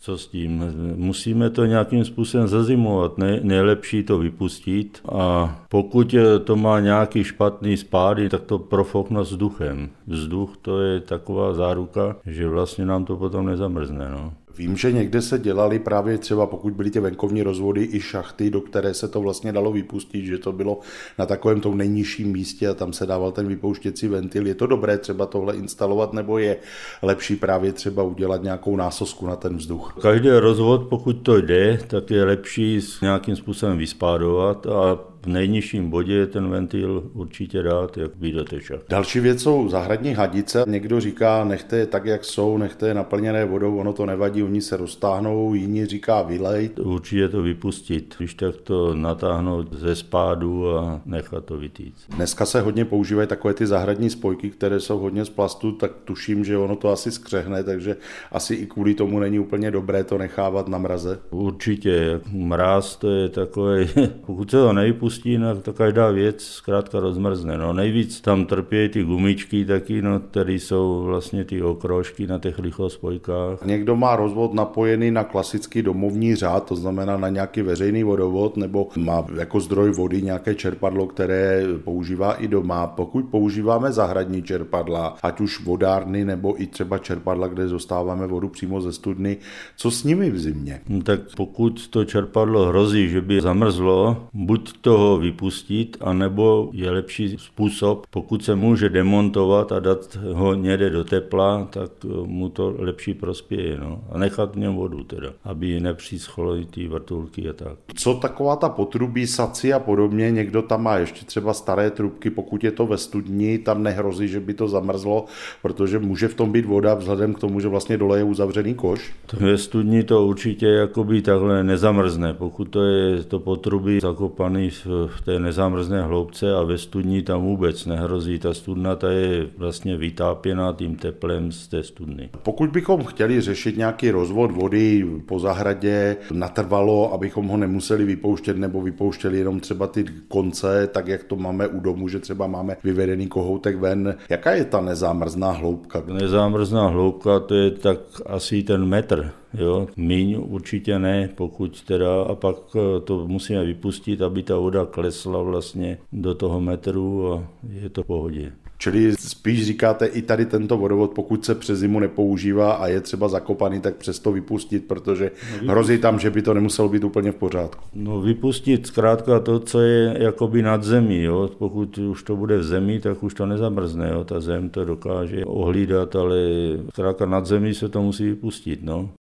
Co s tím? Musíme to nějakým způsobem zazimovat, nejlepší to vypustit a pokud to má nějaký špatný spády, tak to profoknout vzduchem. Vzduch to je taková záruka, že vlastně nám to potom nezamrzne. No. Vím, že někde se dělali právě třeba, pokud byly ty venkovní rozvody, i šachty, do které se to vlastně dalo vypustit, že to bylo na takovém tom nejnižším místě a tam se dával ten vypouštěcí ventil. Je to dobré třeba tohle instalovat, nebo je lepší právě třeba udělat nějakou násosku na ten vzduch? Každý rozvod, pokud to jde, tak je lepší nějakým způsobem vyspádovat a v nejnižším bodě ten ventil určitě dát, jak do té šachty. Další věc jsou zahradní hadice. Někdo říká, nechte je tak, jak jsou, nechte je naplněné vodou, ono to nevadí, oni se roztáhnou, jiní říká vylej. Určitě to vypustit, když tak to natáhnout ze spádu a nechat to vytýct. Dneska se hodně používají takové ty zahradní spojky, které jsou hodně z plastu, tak tuším, že ono to asi skřehne, takže asi i kvůli tomu není úplně dobré to nechávat na mraze. Určitě, mráz to je takové, pokud se to nevypustí, to každá věc zkrátka rozmrzne. No, nejvíc tam trpí ty gumičky taky, no, které jsou vlastně ty okroužky na těch lichospojkách. Někdo má rozvod napojený na klasický domovní řád, to znamená na nějaký veřejný vodovod, nebo má jako zdroj vody nějaké čerpadlo, které používá i doma. Pokud používáme zahradní čerpadla, ať už vodárny, nebo i třeba čerpadla, kde dostáváme vodu přímo ze studny, co s nimi v zimě? No, tak pokud to čerpadlo hrozí, že by zamrzlo, buď toho vypustit, anebo je lepší způsob, pokud se může demontovat a dát ho někde do tepla, tak mu to lepší prospěje. No. A nechat v něm vodu teda, aby nepřischlo ty vrtulky a tak. Co taková ta potrubí, saci a podobně, někdo tam má ještě třeba staré trubky, pokud je to ve studni, tam nehrozí, že by to zamrzlo, protože může v tom být voda vzhledem k tomu, že vlastně dole je uzavřený koš. Ve studni to určitě jakoby takhle nezamrzne, pokud to je to potrubí zakopaný v té nezamrzné hloubce a ve studni tam vůbec nehrozí. Ta studna ta je vlastně vytápěná tím teplem z té studny. Pokud bychom chtěli řešit nějaký rozvod vody po zahradě natrvalo, abychom ho nemuseli vypouštět nebo vypouštěli jenom třeba ty konce, tak jak to máme u domu, že třeba máme vyvedený kohoutek ven. Jaká je ta nezámrzná hloubka? Nezámrzná hloubka to je tak asi ten metr. Jo, míň určitě ne, pokud teda, a pak to musíme vypustit, aby ta voda klesla vlastně do toho metru a je to v pohodě. Čili spíš říkáte i tady tento vodovod, pokud se přes zimu nepoužívá a je třeba zakopaný, tak přesto vypustit, protože hrozí tam, že by to nemuselo být úplně v pořádku. No vypustit zkrátka to, co je jakoby nad zemí, jo. Pokud už to bude v zemi, tak už to nezamrzne, jo. Ta zem to dokáže ohlídat, ale zkrátka nad zemí se to musí vypustit, no.